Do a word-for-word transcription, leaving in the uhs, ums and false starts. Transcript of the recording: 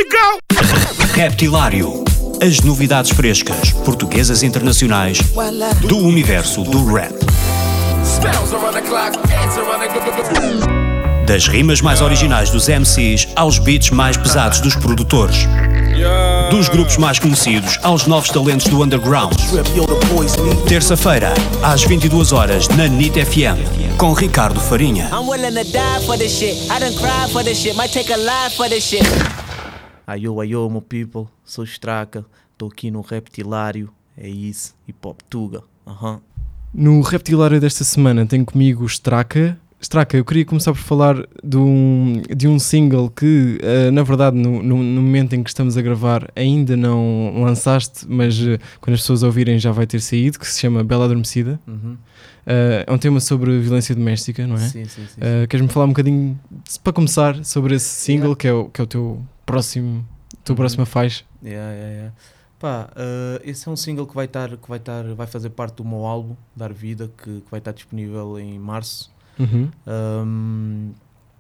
we go! Reptilário. As novidades frescas, portuguesas e internacionais, do universo do rap. Das rimas mais originais dos M Cs aos beats mais pesados dos produtores. Dos grupos mais conhecidos aos novos talentos do underground. Terça-feira, às vinte e duas horas, na N I T F M, com Ricardo Farinha. Ayo, ayo, meu people, sou Straka, estou aqui no Reptilário, é isso, Hip Hop Tuga. Uhum. No Reptilário desta semana tenho comigo o Straka. Straka, eu queria começar por falar de um, de um single que, uh, na verdade, no, no, no momento em que estamos a gravar ainda não lançaste, mas uh, quando as pessoas ouvirem já vai ter saído, que se chama Bela Adormecida. Uhum. Uh, é um tema sobre violência doméstica, não é? Sim, sim, sim. Uh, queres-me falar um bocadinho, para começar, sobre esse single, yeah. que, é o, que é o teu próximo, tua uhum. próxima faixa? Yeah, yeah, yeah. Pá, uh, esse é um single que vai, tar, que vai, tar, vai fazer parte do meu álbum, Dar Vida, que, que vai estar disponível em março. Uhum. Um,